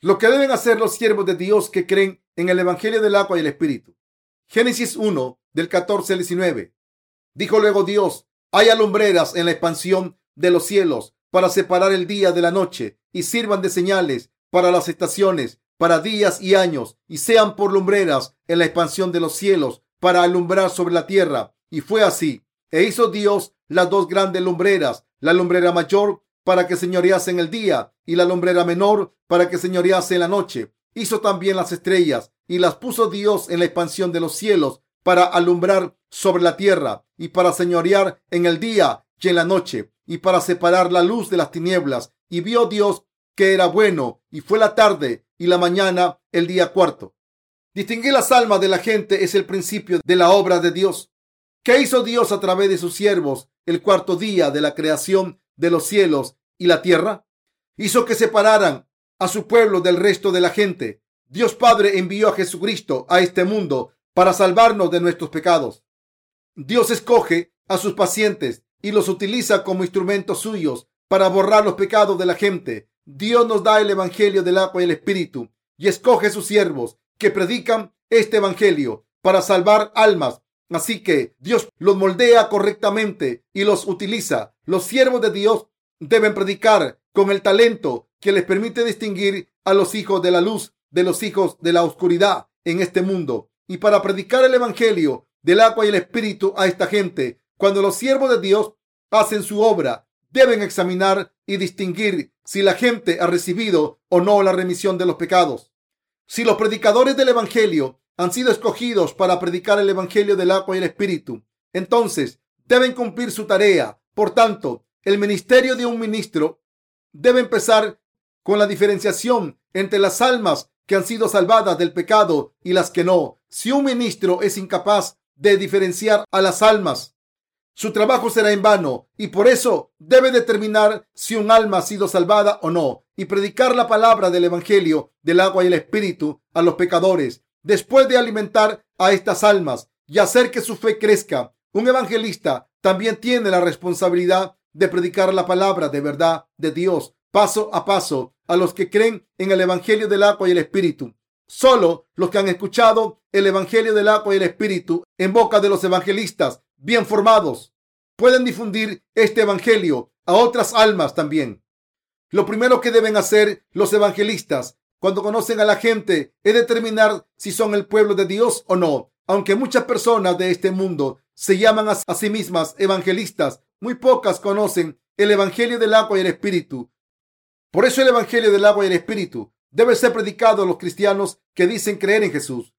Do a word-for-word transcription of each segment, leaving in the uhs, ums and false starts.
Lo que deben hacer los siervos de Dios que creen en el Evangelio del agua y el Espíritu. Génesis uno, del catorce al diecinueve. Dijo luego Dios: haya lumbreras en la expansión de los cielos para separar el día de la noche, y sirvan de señales para las estaciones, para días y años, y sean por lumbreras en la expansión de los cielos para alumbrar sobre la tierra. Y fue así. E hizo Dios las dos grandes lumbreras, la lumbrera mayor para que señorease en el día, y la lumbrera menor para que señorease en la noche. Hizo también las estrellas, y las puso Dios en la expansión de los cielos para alumbrar sobre la tierra, y para señorear en el día y en la noche, y para separar la luz de las tinieblas. Y vio Dios que era bueno, y fue la tarde y la mañana el día cuarto. Distinguir las almas de la gente es el principio de la obra de Dios. ¿Qué hizo Dios a través de sus siervos el cuarto día de la creación de los cielos y la tierra? Hizo que separaran a su pueblo del resto de la gente. Dios Padre envió a Jesucristo a este mundo para salvarnos de nuestros pecados. Dios escoge a sus pacientes y los utiliza como instrumentos suyos para borrar los pecados de la gente. Dios nos da el Evangelio del agua y el Espíritu y escoge sus siervos que predican este Evangelio para salvar almas. Así que Dios los moldea correctamente y los utiliza. Los siervos de Dios deben predicar con el talento que les permite distinguir a los hijos de la luz de los hijos de la oscuridad en este mundo. Y para predicar el Evangelio del agua y el Espíritu a esta gente, cuando los siervos de Dios hacen su obra, deben examinar y distinguir si la gente ha recibido o no la remisión de los pecados. Si los predicadores del Evangelio han sido escogidos para predicar el Evangelio del agua y el Espíritu, entonces deben cumplir su tarea. Por tanto, el ministerio de un ministro debe empezar con la diferenciación entre las almas que han sido salvadas del pecado y las que no. Si un ministro es incapaz de diferenciar a las almas, su trabajo será en vano, y por eso debe determinar si un alma ha sido salvada o no y predicar la palabra del Evangelio del agua y el Espíritu a los pecadores. Después de alimentar a estas almas y hacer que su fe crezca, un evangelista también tiene la responsabilidad de predicar la palabra de verdad de Dios paso a paso a los que creen en el Evangelio del agua y el Espíritu. Solo los que han escuchado el Evangelio del agua y el Espíritu en boca de los evangelistas bien formados pueden difundir este Evangelio a otras almas también. Lo primero que deben hacer los evangelistas cuando conocen a la gente es determinar si son el pueblo de Dios o no. Aunque muchas personas de este mundo se llaman a sí mismas evangelistas, muy pocas conocen el Evangelio del agua y el Espíritu. Por eso el Evangelio del agua y el Espíritu debe ser predicado a los cristianos que dicen creer en Jesús.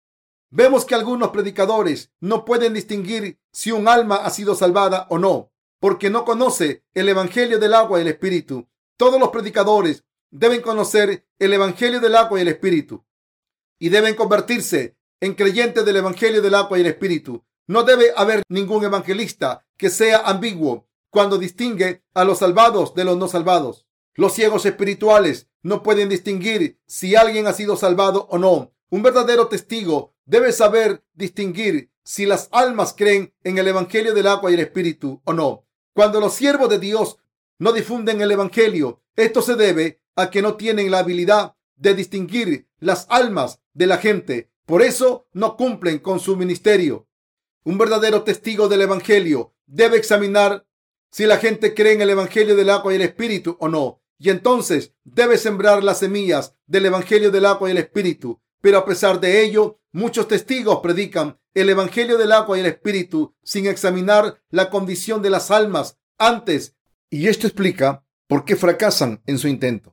Vemos que algunos predicadores no pueden distinguir si un alma ha sido salvada o no, porque no conoce el Evangelio del agua y el Espíritu. Todos los predicadores deben conocer el Evangelio del agua y el Espíritu y deben convertirse en creyentes del Evangelio del agua y el Espíritu. No debe haber ningún evangelista que sea ambiguo cuando distingue a los salvados de los no salvados. Los ciegos espirituales no pueden distinguir si alguien ha sido salvado o no. Un verdadero testigo debe saber distinguir si las almas creen en el Evangelio del agua y el Espíritu o no. Cuando los siervos de Dios no difunden el Evangelio, esto se debe a que no tienen la habilidad de distinguir las almas de la gente. Por eso no cumplen con su ministerio. Un verdadero testigo del Evangelio debe examinar si la gente cree en el Evangelio del agua y el Espíritu o no. Y entonces debe sembrar las semillas del Evangelio del agua y el Espíritu. Pero a pesar de ello, muchos testigos predican el Evangelio del agua y el Espíritu sin examinar la condición de las almas antes. Y esto explica por qué fracasan en su intento.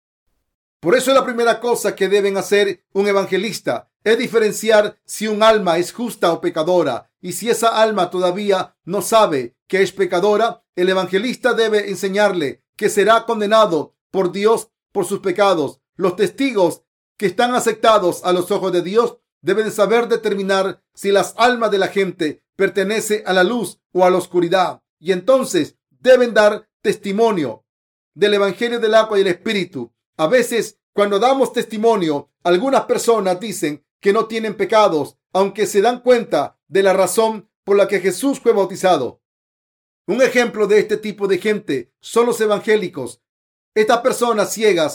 Por eso la primera cosa que deben hacer un evangelista es diferenciar si un alma es justa o pecadora. Y si esa alma todavía no sabe que es pecadora, el evangelista debe enseñarle que será condenado por Dios por sus pecados. Los testigos que están aceptados a los ojos de Dios deben saber determinar si las almas de la gente pertenecen a la luz o a la oscuridad. Y entonces deben dar testimonio del Evangelio del agua y el Espíritu. A veces, cuando damos testimonio, algunas personas dicen que no tienen pecados, aunque se dan cuenta de la razón por la que Jesús fue bautizado. Un ejemplo de este tipo de gente son los evangélicos. Estas personas ciegas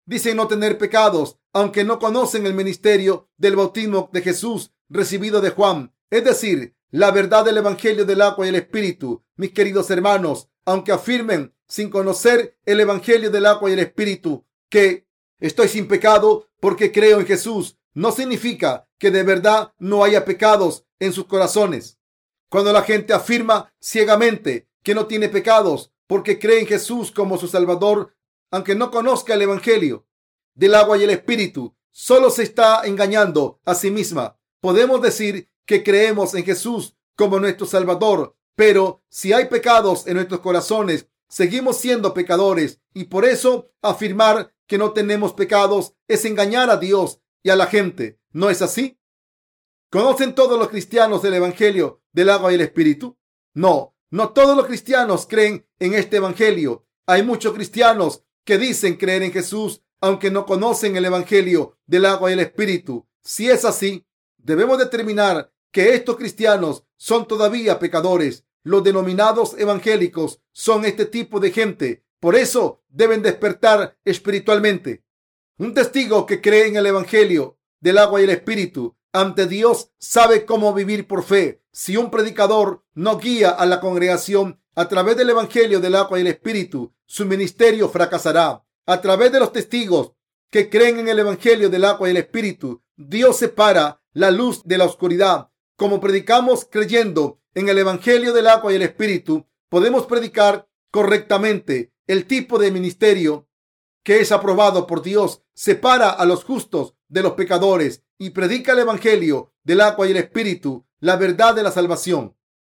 dicen no tener pecados, aunque no conocen el ministerio del bautismo de Jesús recibido de Juan, es decir, la verdad del Evangelio del agua y el Espíritu. Mis queridos hermanos, aunque afirmen sin conocer el Evangelio del agua y el Espíritu que estoy sin pecado porque creo en Jesús, no significa que de verdad no haya pecados en sus corazones. Cuando la gente afirma ciegamente que no tiene pecados porque cree en Jesús como su Salvador, aunque no conozca el Evangelio del agua y el Espíritu, solo se está engañando a sí misma. Podemos decir que creemos en Jesús como nuestro Salvador, pero si hay pecados en nuestros corazones, seguimos siendo pecadores, y por eso afirmar que no tenemos pecados es engañar a Dios y a la gente. ¿No es así? ¿Conocen todos los cristianos el Evangelio del agua y el Espíritu? No, no todos los cristianos creen en este Evangelio. Hay muchos cristianos que dicen creer en Jesús, aunque no conocen el Evangelio del agua y el Espíritu. Si es así, debemos determinar que estos cristianos son todavía pecadores. Los denominados evangélicos son este tipo de gente. Por eso deben despertar espiritualmente. Un testigo que cree en el Evangelio del agua y el Espíritu ante Dios sabe cómo vivir por fe. Si un predicador no guía a la congregación a través del Evangelio del agua y el Espíritu, su ministerio fracasará. A través de los testigos que creen en el Evangelio del agua y el Espíritu, Dios separa la luz de la oscuridad. Como predicamos creyendo en el Evangelio del agua y el Espíritu, podemos predicar correctamente. El tipo de ministerio que es aprobado por Dios separa a los justos de los pecadores y predica el Evangelio del agua y el Espíritu, la verdad de la salvación.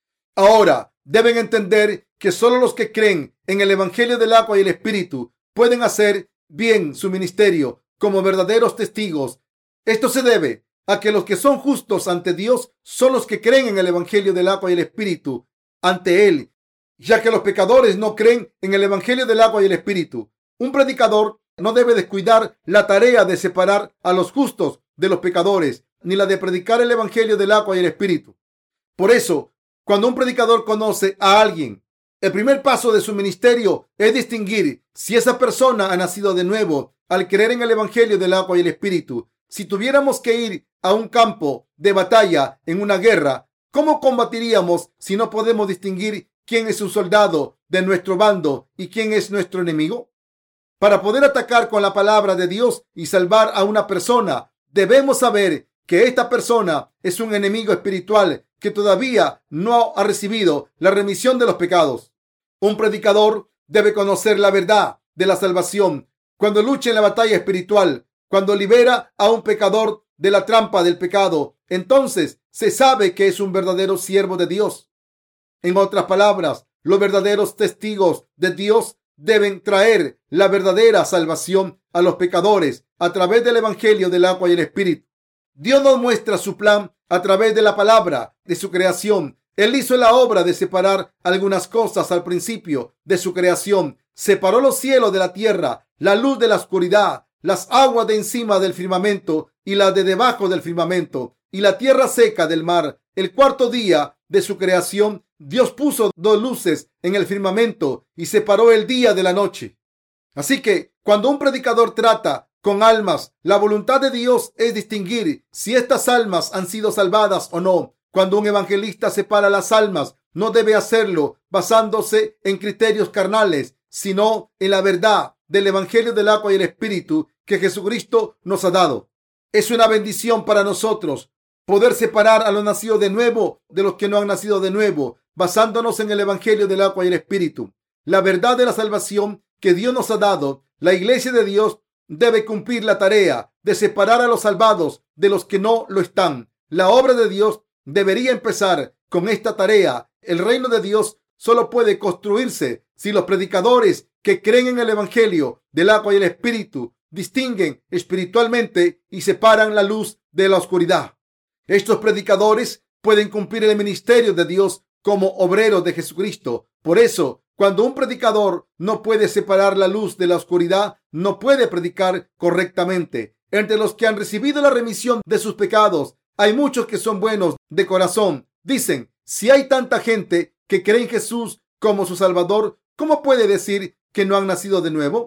Ahora, deben entender que solo los que creen en el Evangelio del agua y el Espíritu pueden hacer bien su ministerio como verdaderos testigos. Esto se debe a que los que son justos ante Dios son los que creen en el Evangelio del agua y el Espíritu ante Él, ya que los pecadores no creen en el Evangelio del agua y el Espíritu. Un predicador no debe descuidar la tarea de separar a los justos de los pecadores, ni la de predicar el Evangelio del agua y el Espíritu. Por eso, cuando un predicador conoce a alguien, el primer paso de su ministerio es distinguir si esa persona ha nacido de nuevo al creer en el Evangelio del agua y el Espíritu. Si tuviéramos que ir a un campo de batalla en una guerra, ¿cómo combatiríamos si no podemos distinguir quién es un soldado de nuestro bando y quién es nuestro enemigo? Para poder atacar con la palabra de Dios y salvar a una persona, debemos saber que esta persona es un enemigo espiritual que todavía no ha recibido la remisión de los pecados. Un predicador debe conocer la verdad de la salvación cuando lucha en la batalla espiritual, cuando libera a un pecador de la trampa del pecado. Entonces se sabe que es un verdadero siervo de Dios. En otras palabras, los verdaderos testigos de Dios deben traer la verdadera salvación a los pecadores a través del Evangelio del agua y el Espíritu. Dios nos muestra su plan a través de la palabra de su creación. Él hizo la obra de separar algunas cosas al principio de su creación. Separó los cielos de la tierra, la luz de la oscuridad, las aguas de encima del firmamento y las de debajo del firmamento, y la tierra seca del mar. El cuarto día de su creación, Dios puso dos luces en el firmamento y separó el día de la noche. Así que cuando un predicador trata con almas, la voluntad de Dios es distinguir si estas almas han sido salvadas o no. Cuando un evangelista separa las almas, no debe hacerlo basándose en criterios carnales, sino en la verdad del Evangelio del agua y el Espíritu que Jesucristo nos ha dado. Es una bendición para nosotros poder separar a los nacidos de nuevo de los que no han nacido de nuevo, basándonos en el Evangelio del agua y el Espíritu. La verdad de la salvación que Dios nos ha dado. La iglesia de Dios debe cumplir la tarea de separar a los salvados de los que no lo están. La obra de Dios debería empezar con esta tarea. El reino de Dios solo puede construirse si los predicadores que creen en el Evangelio del agua y el Espíritu distinguen espiritualmente y separan la luz de la oscuridad. Estos predicadores pueden cumplir el ministerio de Dios como obreros de Jesucristo. Por eso, cuando un predicador no puede separar la luz de la oscuridad, no puede predicar correctamente. Entre los que han recibido la remisión de sus pecados, hay muchos que son buenos de corazón. Dicen, si hay tanta gente que cree en Jesús como su Salvador, ¿cómo puede decir que no han nacido de nuevo?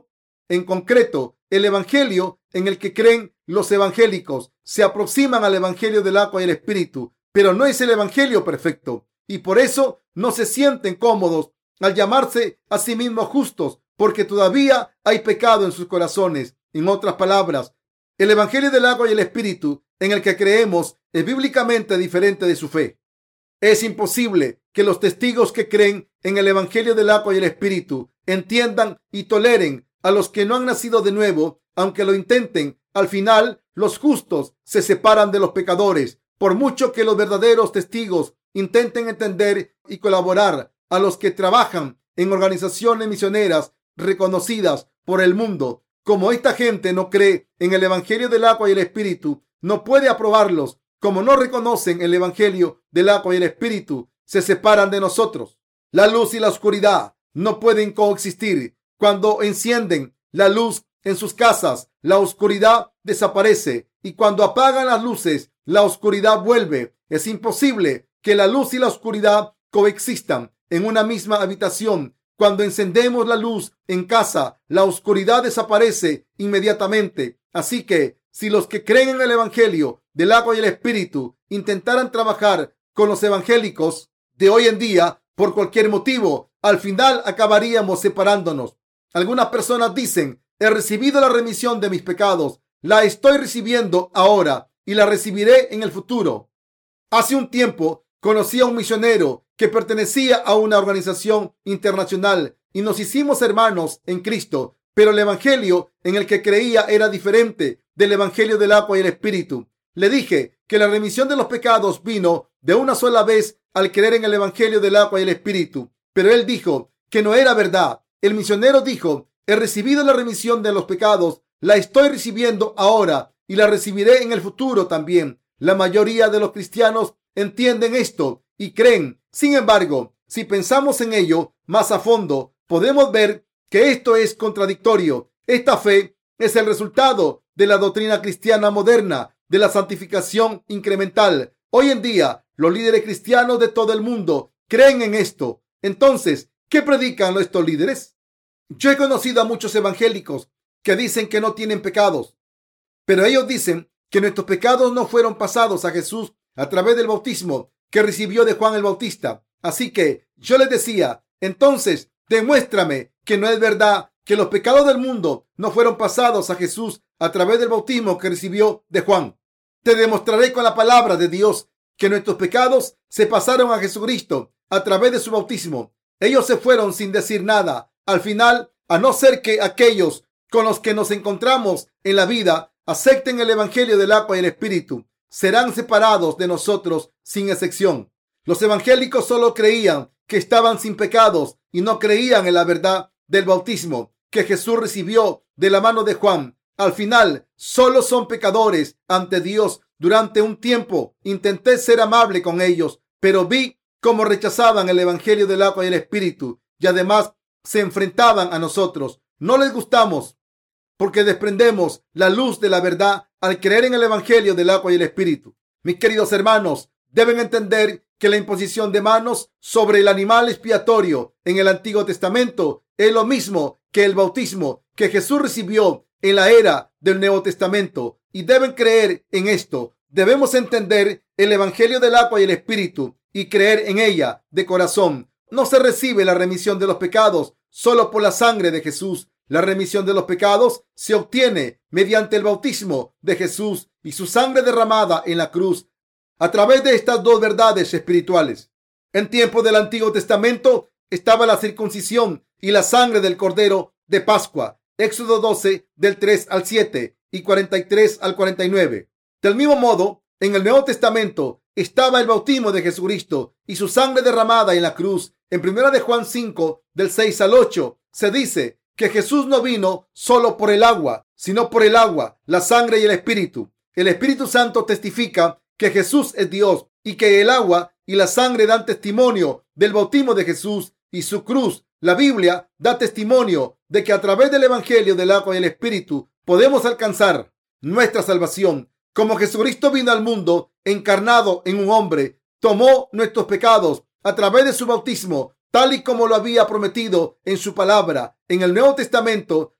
En concreto, el evangelio en el que creen los evangélicos se aproximan al evangelio del agua y el espíritu, pero no es el evangelio perfecto, y por eso no se sienten cómodos al llamarse a sí mismos justos, porque todavía hay pecado en sus corazones. En otras palabras, el evangelio del agua y el espíritu en el que creemos es bíblicamente diferente de su fe. Es imposible que los testigos que creen en el evangelio del agua y el espíritu entiendan y toleren a los que no han nacido de nuevo, aunque lo intenten. Al final, los justos se separan de los pecadores. Por mucho que los verdaderos testigos intenten entender y colaborar a los que trabajan en organizaciones misioneras reconocidas por el mundo, como esta gente no cree en el evangelio del agua y el espíritu, no puede aprobarlos. Como no reconocen el evangelio del agua y el espíritu, se separan de nosotros. La luz y la oscuridad no pueden coexistir. Cuando encienden la luz en sus casas, la oscuridad desaparece, y cuando apagan las luces, la oscuridad vuelve. Es imposible que la luz y la oscuridad coexistan en una misma habitación. Cuando encendemos la luz en casa, la oscuridad desaparece inmediatamente. Así que si los que creen en el evangelio del agua y el espíritu intentaran trabajar con los evangélicos de hoy en día por cualquier motivo, al final acabaríamos separándonos. Algunas personas dicen: he recibido la remisión de mis pecados, la estoy recibiendo ahora y la recibiré en el futuro. Hace un tiempo conocí a un misionero que pertenecía a una organización internacional y nos hicimos hermanos en Cristo, pero el evangelio en el que creía era diferente del evangelio del agua y el espíritu. Le dije que la remisión de los pecados vino de una sola vez al creer en el evangelio del agua y el espíritu, pero él dijo que no era verdad. El misionero dijo: he recibido la remisión de los pecados, la estoy recibiendo ahora y la recibiré en el futuro también. La mayoría de los cristianos entienden esto y creen. Sin embargo, si pensamos en ello más a fondo, podemos ver que esto es contradictorio. Esta fe es el resultado de la doctrina cristiana moderna de la santificación incremental. Hoy en día, los líderes cristianos de todo el mundo creen en esto. Entonces, ¿qué predican estos líderes? Yo he conocido a muchos evangélicos que dicen que no tienen pecados, pero ellos dicen que nuestros pecados no fueron pasados a Jesús a través del bautismo que recibió de Juan el Bautista. Así que yo les decía: entonces, demuéstrame que no es verdad que los pecados del mundo no fueron pasados a Jesús a través del bautismo que recibió de Juan. Te demostraré con la palabra de Dios que nuestros pecados se pasaron a Jesucristo a través de su bautismo. Ellos se fueron sin decir nada. Al final, a no ser que aquellos con los que nos encontramos en la vida acepten el evangelio del agua y el espíritu, serán separados de nosotros sin excepción. Los evangélicos solo creían que estaban sin pecados y no creían en la verdad del bautismo que Jesús recibió de la mano de Juan. Al final, solo son pecadores ante Dios. Durante un tiempo intenté ser amable con ellos, pero vi cómo rechazaban el evangelio del agua y el espíritu y además se enfrentaban a nosotros. No les gustamos porque desprendemos la luz de la verdad al creer en el evangelio del agua y el espíritu. Mis queridos hermanos, deben entender que la imposición de manos sobre el animal expiatorio en el Antiguo Testamento es lo mismo que el bautismo que Jesús recibió en la era del Nuevo Testamento, y deben creer en esto. Debemos entender el evangelio del agua y el espíritu y creer en ella de corazón. No se recibe la remisión de los pecados solo por la sangre de Jesús. La remisión de los pecados se obtiene mediante el bautismo de Jesús y su sangre derramada en la cruz. A través de estas dos verdades espirituales, en tiempos del Antiguo Testamento estaba la circuncisión y la sangre del Cordero de Pascua. Éxodo doce, del tres al siete y cuarenta y tres al cuarenta y nueve. Del mismo modo, en el Nuevo Testamento estaba el bautismo de Jesucristo y su sangre derramada en la cruz. En primera de Juan cinco, del seis al ocho, se dice que Jesús no vino solo por el agua, sino por el agua, la sangre y el Espíritu. El Espíritu Santo testifica que Jesús es Dios y que el agua y la sangre dan testimonio del bautismo de Jesús y su cruz. La Biblia da testimonio de que a través del evangelio del agua y el Espíritu podemos alcanzar nuestra salvación. Como Jesucristo vino al mundo encarnado en un hombre, tomó nuestros pecados a través de su bautismo, tal y como lo había prometido en su palabra. En el Nuevo Testamento,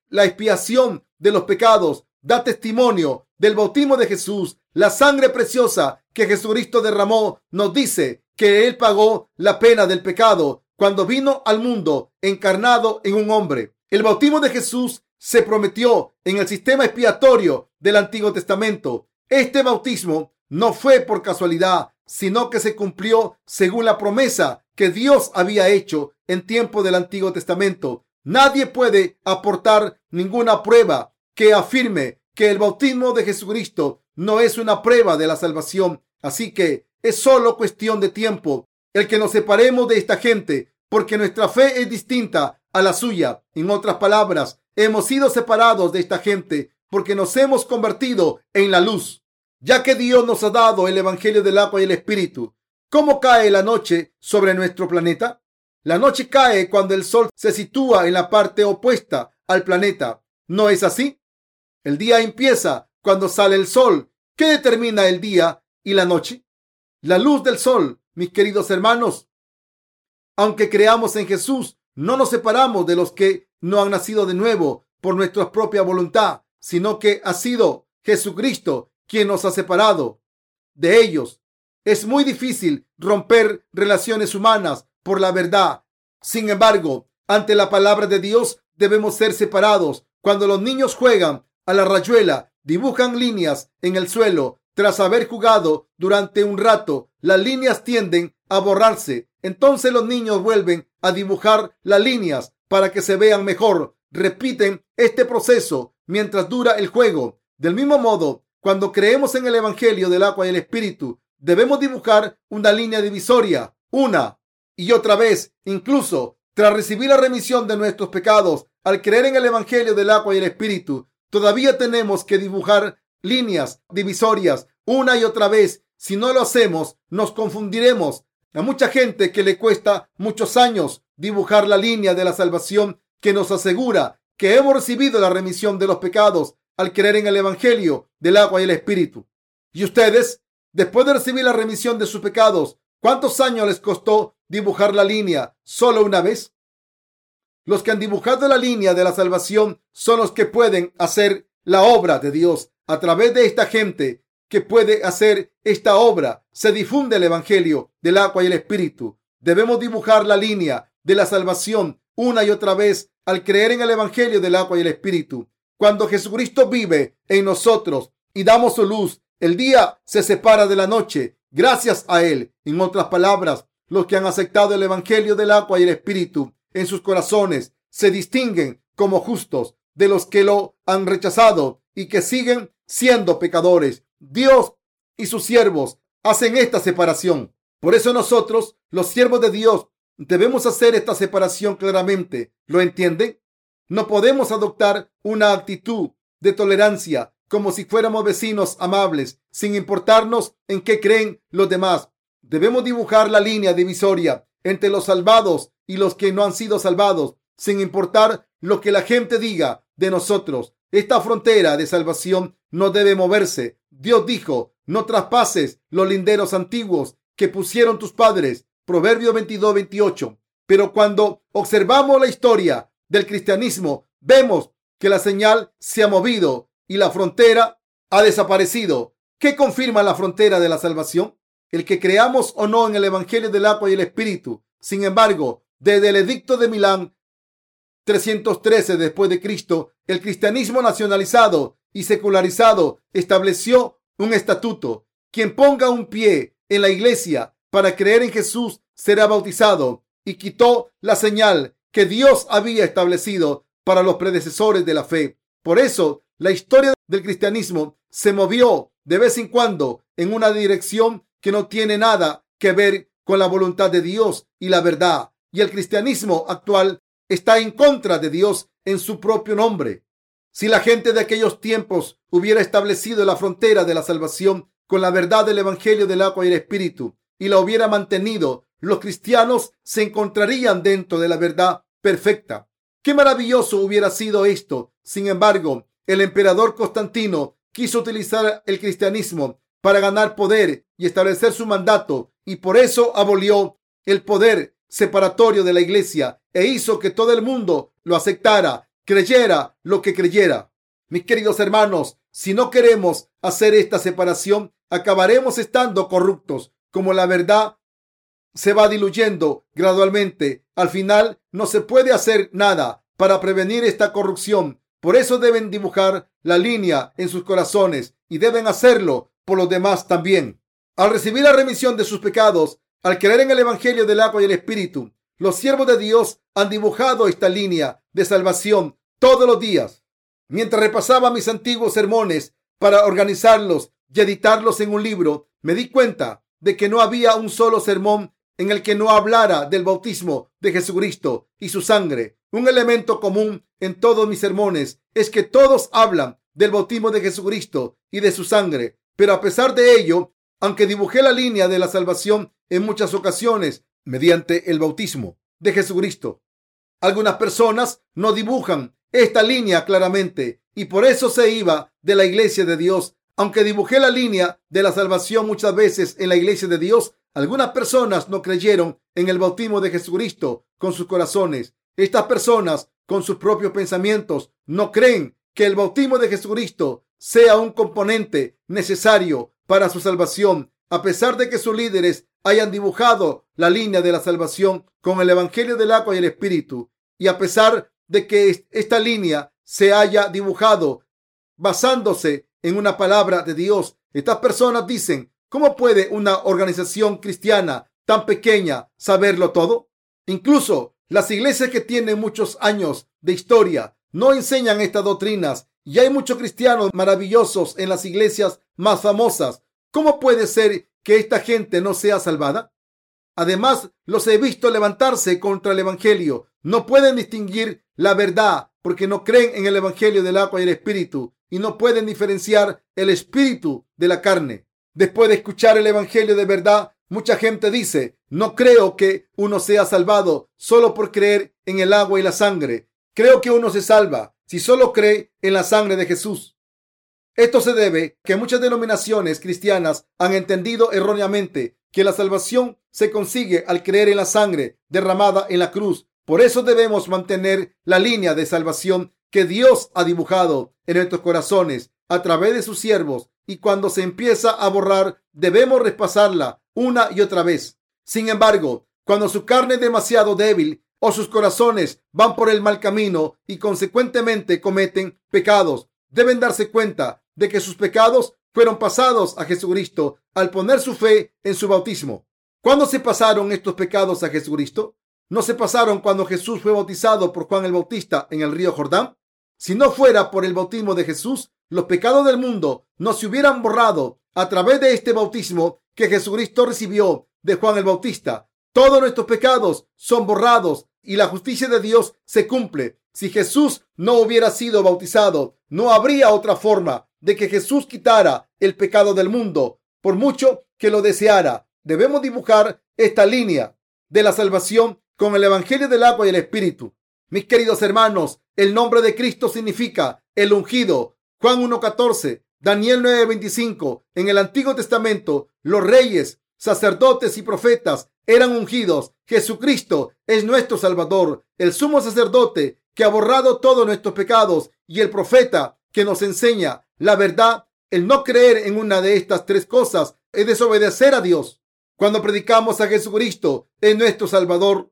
la expiación de los pecados da testimonio del bautismo de Jesús. La sangre preciosa que Jesucristo derramó nos dice que Él pagó la pena del pecado cuando vino al mundo encarnado en un hombre. El bautismo de Jesús se prometió en el sistema expiatorio del Antiguo Testamento. Este bautismo no fue por casualidad, sino que se cumplió según la promesa que Dios había hecho en tiempo del Antiguo Testamento. Nadie puede aportar ninguna prueba que afirme que el bautismo de Jesucristo no es una prueba de la salvación. Así que es solo cuestión de tiempo el que nos separemos de esta gente, porque nuestra fe es distinta a la suya. En otras palabras, hemos sido separados de esta gente porque nos hemos convertido en la luz. Ya que Dios nos ha dado el evangelio del agua y el espíritu, ¿cómo cae la noche sobre nuestro planeta? La noche cae cuando el sol se sitúa en la parte opuesta al planeta. ¿No es así? El día empieza cuando sale el sol. ¿Qué determina el día y la noche? La luz del sol, mis queridos hermanos. Aunque creamos en Jesús, no nos separamos de los que no han nacido de nuevo por nuestra propia voluntad, sino que ha sido Jesucristo quien nos ha separado de ellos. Es muy difícil romper relaciones humanas por la verdad. Sin embargo, ante la palabra de Dios debemos ser separados. Cuando los niños juegan a la rayuela, dibujan líneas en el suelo. Tras haber jugado durante un rato, las líneas tienden a borrarse. Entonces los niños vuelven a dibujar las líneas para que se vean mejor. Repiten este proceso mientras dura el juego. Del mismo modo, cuando creemos en el evangelio del agua y el espíritu, debemos dibujar una línea divisoria una y otra vez, incluso tras recibir la remisión de nuestros pecados. Al creer en el evangelio del agua y el espíritu, todavía tenemos que dibujar líneas divisorias una y otra vez. Si no lo hacemos, nos confundiremos. A mucha gente que le cuesta muchos años dibujar la línea de la salvación que nos asegura que hemos recibido la remisión de los pecados al creer en el evangelio del agua y el espíritu. ¿Y ustedes, después de recibir la remisión de sus pecados, cuántos años les costó dibujar la línea solo una vez? Los que han dibujado la línea de la salvación son los que pueden hacer la obra de Dios. A través de esta gente que puede hacer esta obra, se difunde el evangelio del agua y el espíritu. Debemos dibujar la línea de la salvación una y otra vez al creer en el evangelio del agua y el espíritu. Cuando Jesucristo vive en nosotros y damos su luz, el día se separa de la noche gracias a Él. En otras palabras, los que han aceptado el evangelio del agua y el espíritu en sus corazones se distinguen como justos de los que lo han rechazado y que siguen siendo pecadores. Dios y sus siervos hacen esta separación. Por eso nosotros, los siervos de Dios, debemos hacer esta separación claramente. ¿Lo entienden? No podemos adoptar una actitud de tolerancia como si fuéramos vecinos amables, sin importarnos en qué creen los demás. Debemos dibujar la línea divisoria entre los salvados y los que no han sido salvados, sin importar lo que la gente diga de nosotros. Esta frontera de salvación no debe moverse. Dios dijo: no traspases los linderos antiguos que pusieron tus padres. Proverbios veintidós veintiocho. Pero cuando observamos la historia del cristianismo, vemos que la señal se ha movido y la frontera ha desaparecido. ¿Qué confirma la frontera de la salvación? El que creamos o no en el evangelio del agua y el espíritu. Sin embargo, desde el edicto de Milán trescientos trece después de Cristo, el cristianismo nacionalizado y secularizado estableció un estatuto. Quien ponga un pie en la iglesia para creer en Jesús será bautizado, y quitó la señal que Dios había establecido para los predecesores de la fe. Por eso, la historia del cristianismo se movió de vez en cuando en una dirección que no tiene nada que ver con la voluntad de Dios y la verdad. Y el cristianismo actual está en contra de Dios en su propio nombre. Si la gente de aquellos tiempos hubiera establecido la frontera de la salvación con la verdad del evangelio del agua y el espíritu y la hubiera mantenido, los cristianos se encontrarían dentro de la verdad perfecta. Qué maravilloso hubiera sido esto. Sin embargo, el emperador Constantino quiso utilizar el cristianismo para ganar poder y establecer su mandato, y por eso abolió el poder separatorio de la iglesia e hizo que todo el mundo lo aceptara. creyera lo que creyera. Mis queridos hermanos, si no queremos hacer esta separación, acabaremos estando corruptos. Como la verdad se va diluyendo gradualmente, al final no se puede hacer nada para prevenir esta corrupción. Por eso deben dibujar la línea en sus corazones y deben hacerlo por los demás también. Al recibir la remisión de sus pecados, al creer en el Evangelio del agua y el Espíritu, los siervos de Dios han dibujado esta línea de salvación todos los días. Mientras repasaba mis antiguos sermones para organizarlos y editarlos en un libro, me di cuenta de que no había un solo sermón en el que no hablara del bautismo de Jesucristo y su sangre. Un elemento común en todos mis sermones es que todos hablan del bautismo de Jesucristo y de su sangre. Pero a pesar de ello, aunque dibujé la línea de la salvación en muchas ocasiones mediante el bautismo de Jesucristo, algunas personas no dibujan esta línea claramente y por eso se iba de la iglesia de Dios. Aunque dibujé la línea de la salvación muchas veces en la iglesia de Dios, algunas personas no creyeron en el bautismo de Jesucristo con sus corazones. Estas personas, con sus propios pensamientos, no creen que el bautismo de Jesucristo sea un componente necesario para su salvación, a pesar de que sus líderes hayan dibujado la línea de la salvación con el Evangelio del agua y el Espíritu, y a pesar de que esta línea se haya dibujado basándose en una palabra de Dios. Estas personas dicen: ¿cómo puede una organización cristiana tan pequeña saberlo todo? Incluso las iglesias que tienen muchos años de historia no enseñan estas doctrinas y hay muchos cristianos maravillosos en las iglesias más famosas. ¿Cómo puede ser que esta gente no sea salvada? Además, los he visto levantarse contra el Evangelio. No pueden distinguir la verdad porque no creen en el Evangelio del agua y el Espíritu y no pueden diferenciar el espíritu de la carne. Después de escuchar el Evangelio de verdad, mucha gente dice: no creo que uno sea salvado solo por creer en el agua y la sangre. Creo que uno se salva si solo cree en la sangre de Jesús. Esto se debe a que muchas denominaciones cristianas han entendido erróneamente que la salvación se consigue al creer en la sangre derramada en la cruz. Por eso debemos mantener la línea de salvación que Dios ha dibujado en nuestros corazones a través de sus siervos, y cuando se empieza a borrar debemos repasarla una y otra vez. Sin embargo, cuando su carne es demasiado débil o sus corazones van por el mal camino y consecuentemente cometen pecados, deben darse cuenta de que sus pecados fueron pasados a Jesucristo al poner su fe en su bautismo. ¿Cuándo se pasaron estos pecados a Jesucristo? ¿No se pasaron cuando Jesús fue bautizado por Juan el Bautista en el río Jordán? Si no fuera por el bautismo de Jesús, los pecados del mundo no se hubieran borrado. A través de este bautismo que Jesucristo recibió de Juan el Bautista, todos nuestros pecados son borrados y la justicia de Dios se cumple. Si Jesús no hubiera sido bautizado, no habría otra forma de que Jesús quitara el pecado del mundo, por mucho que lo deseara. Debemos dibujar esta línea de la salvación con el Evangelio del agua y el Espíritu. Mis queridos hermanos, el nombre de Cristo significa el ungido. Juan uno catorce, Daniel nueve veinticinco. En el Antiguo Testamento, los reyes, sacerdotes y profetas eran ungidos. Jesucristo es nuestro Salvador, el sumo sacerdote que ha borrado todos nuestros pecados y el profeta que nos enseña la verdad. El no creer en una de estas tres cosas es desobedecer a Dios. Cuando predicamos a Jesucristo es nuestro Salvador,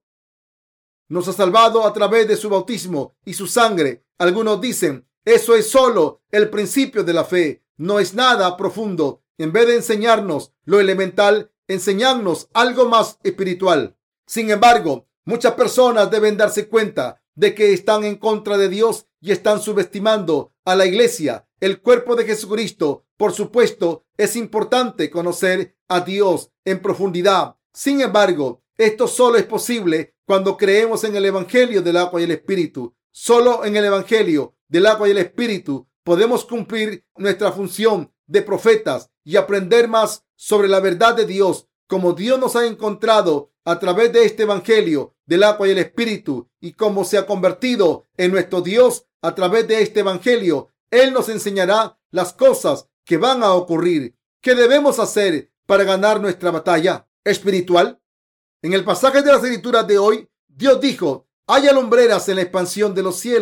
nos ha salvado a través de su bautismo y su sangre. Algunos dicen: eso es solo el principio de la fe, no es nada profundo. En vez de enseñarnos lo elemental, enseñarnos algo más espiritual. Sin embargo, muchas personas deben darse cuenta de que están en contra de Dios y están subestimando a la iglesia, el cuerpo de Jesucristo. Por supuesto, es importante conocer a Dios en profundidad. Sin embargo, esto solo es posible cuando creemos en el Evangelio del agua y el Espíritu. Solo en el Evangelio del agua y el Espíritu podemos cumplir nuestra función de profetas y aprender más sobre la verdad de Dios. Como Dios nos ha encontrado a través de este Evangelio del agua y el Espíritu y cómo se ha convertido en nuestro Dios a través de este Evangelio, Él nos enseñará las cosas que van a ocurrir. ¿Qué debemos hacer para ganar nuestra batalla espiritual? En el pasaje de las Escrituras de hoy, Dios dijo: hay alumbreras en la expansión de los cielos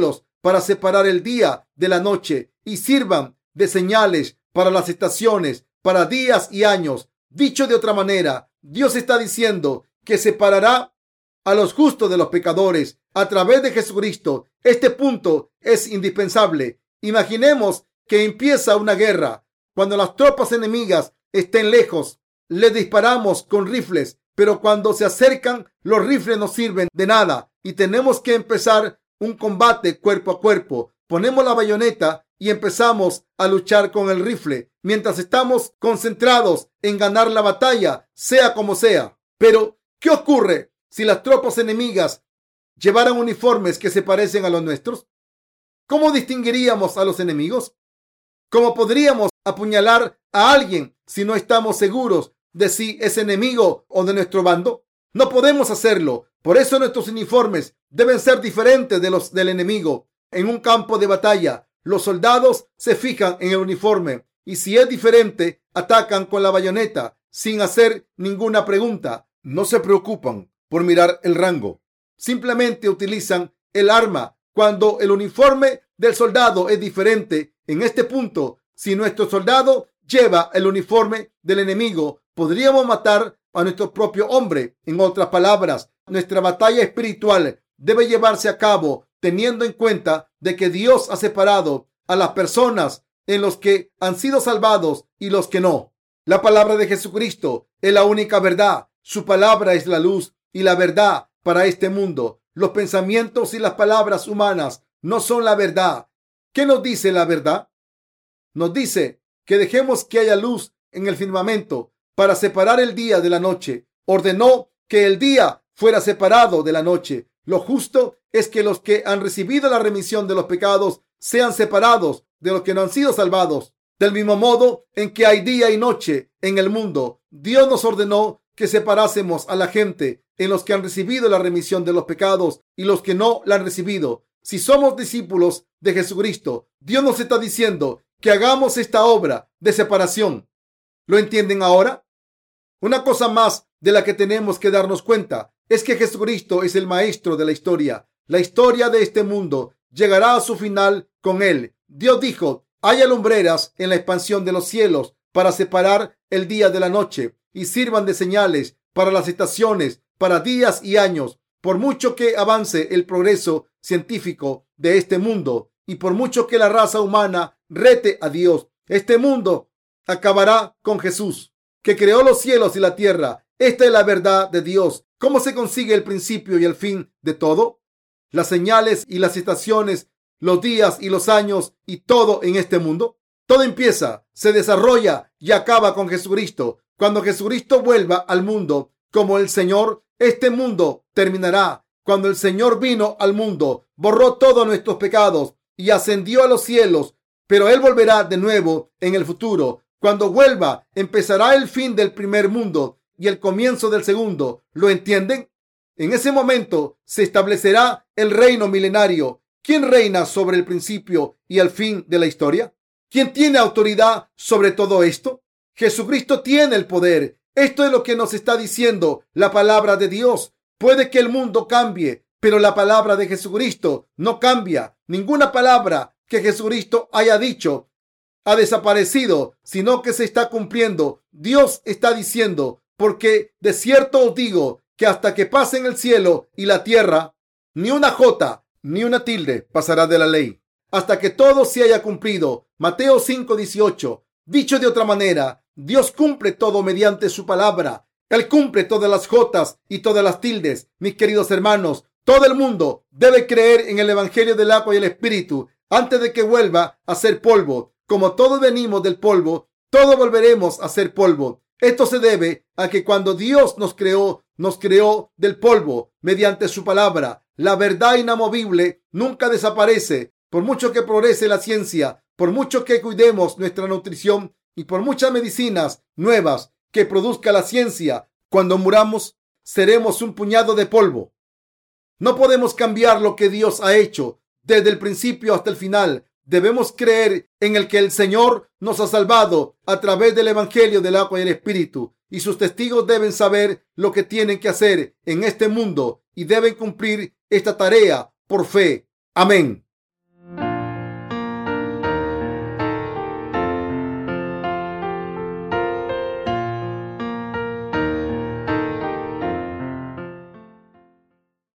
para separar el día de la noche y sirvan de señales para las estaciones, para días y años. Dicho de otra manera, Dios está diciendo que separará a los justos de los pecadores a través de Jesucristo. Este punto es indispensable. Imaginemos que empieza una guerra. Cuando las tropas enemigas estén lejos, les disparamos con rifles, pero cuando se acercan, los rifles no sirven de nada y tenemos que empezar un combate cuerpo a cuerpo. Ponemos la bayoneta y empezamos a luchar con el rifle mientras estamos concentrados en ganar la batalla, sea como sea. Pero, ¿qué ocurre si las tropas enemigas llevaran uniformes que se parecen a los nuestros? ¿Cómo distinguiríamos a los enemigos? ¿Cómo podríamos apuñalar a alguien si no estamos seguros de si es enemigo o de nuestro bando? No podemos hacerlo. Por eso nuestros uniformes deben ser diferentes de los del enemigo. En un campo de batalla, los soldados se fijan en el uniforme y si es diferente, atacan con la bayoneta sin hacer ninguna pregunta. No se preocupan por mirar el rango. Simplemente utilizan el arma. Cuando el uniforme del soldado es diferente, en este punto, si nuestro soldado lleva el uniforme del enemigo, podríamos matar a nuestro propio hombre. En otras palabras, nuestra batalla espiritual debe llevarse a cabo teniendo en cuenta de que Dios ha separado a las personas en los que han sido salvados y los que no. La palabra de Jesucristo es la única verdad. Su palabra es la luz y la verdad para este mundo. Los pensamientos y las palabras humanas no son la verdad. ¿Qué nos dice la verdad? Nos dice que dejemos que haya luz en el firmamento para separar el día de la noche. Ordenó que el día fuera separado de la noche. Lo justo es que los que han recibido la remisión de los pecados sean separados de los que no han sido salvados. Del mismo modo en que hay día y noche en el mundo, Dios nos ordenó que separásemos a la gente en los que han recibido la remisión de los pecados y los que no la han recibido. Si somos discípulos de Jesucristo, Dios nos está diciendo que hagamos esta obra de separación. ¿Lo entienden ahora? Una cosa más de la que tenemos que darnos cuenta es que Jesucristo es el maestro de la historia. La historia de este mundo llegará a su final con él. Dios dijo: haya lumbreras en la expansión de los cielos para separar el día de la noche y sirvan de señales para las estaciones, para días y años. Por mucho que avance el progreso científico de este mundo y por mucho que la raza humana rete a Dios, este mundo acabará con Jesús, que creó los cielos y la tierra. Esta es la verdad de Dios. ¿Cómo se consigue el principio y el fin de todo? Las señales y las estaciones, los días y los años y todo en este mundo. Todo empieza, se desarrolla y acaba con Jesucristo. Cuando Jesucristo vuelva al mundo como el Señor, este mundo terminará. Cuando el Señor vino al mundo, borró todos nuestros pecados y ascendió a los cielos, pero Él volverá de nuevo en el futuro. Cuando vuelva, empezará el fin del primer mundo y el comienzo del segundo. ¿Lo entienden? En ese momento se establecerá el reino milenario. ¿Quién reina sobre el principio y el fin de la historia? ¿Quién tiene autoridad sobre todo esto? Jesucristo tiene el poder. Esto es lo que nos está diciendo la palabra de Dios. Puede que el mundo cambie, pero la palabra de Jesucristo no cambia. Ninguna palabra que Jesucristo haya dicho ha desaparecido, sino que se está cumpliendo. Dios está diciendo: porque de cierto os digo que hasta que pasen el cielo y la tierra, ni una jota ni una tilde pasará de la ley, hasta que todo se haya cumplido. Mateo cinco dieciocho. Dicho de otra manera, Dios cumple todo mediante su palabra. Él cumple todas las jotas y todas las tildes. Mis queridos hermanos, todo el mundo debe creer en el evangelio del agua y el espíritu antes de que vuelva a ser polvo. Como todos venimos del polvo, todos volveremos a ser polvo. Esto se debe a que cuando Dios nos creó, nos creó del polvo mediante su palabra. La verdad inamovible nunca desaparece. Por mucho que progrese la ciencia, por mucho que cuidemos nuestra nutrición y por muchas medicinas nuevas que produzca la ciencia, cuando muramos seremos un puñado de polvo. No podemos cambiar lo que Dios ha hecho desde el principio hasta el final. Debemos creer en el que el Señor nos ha salvado a través del evangelio del agua y el espíritu, y sus testigos deben saber lo que tienen que hacer en este mundo y deben cumplir esta tarea por fe. Amén.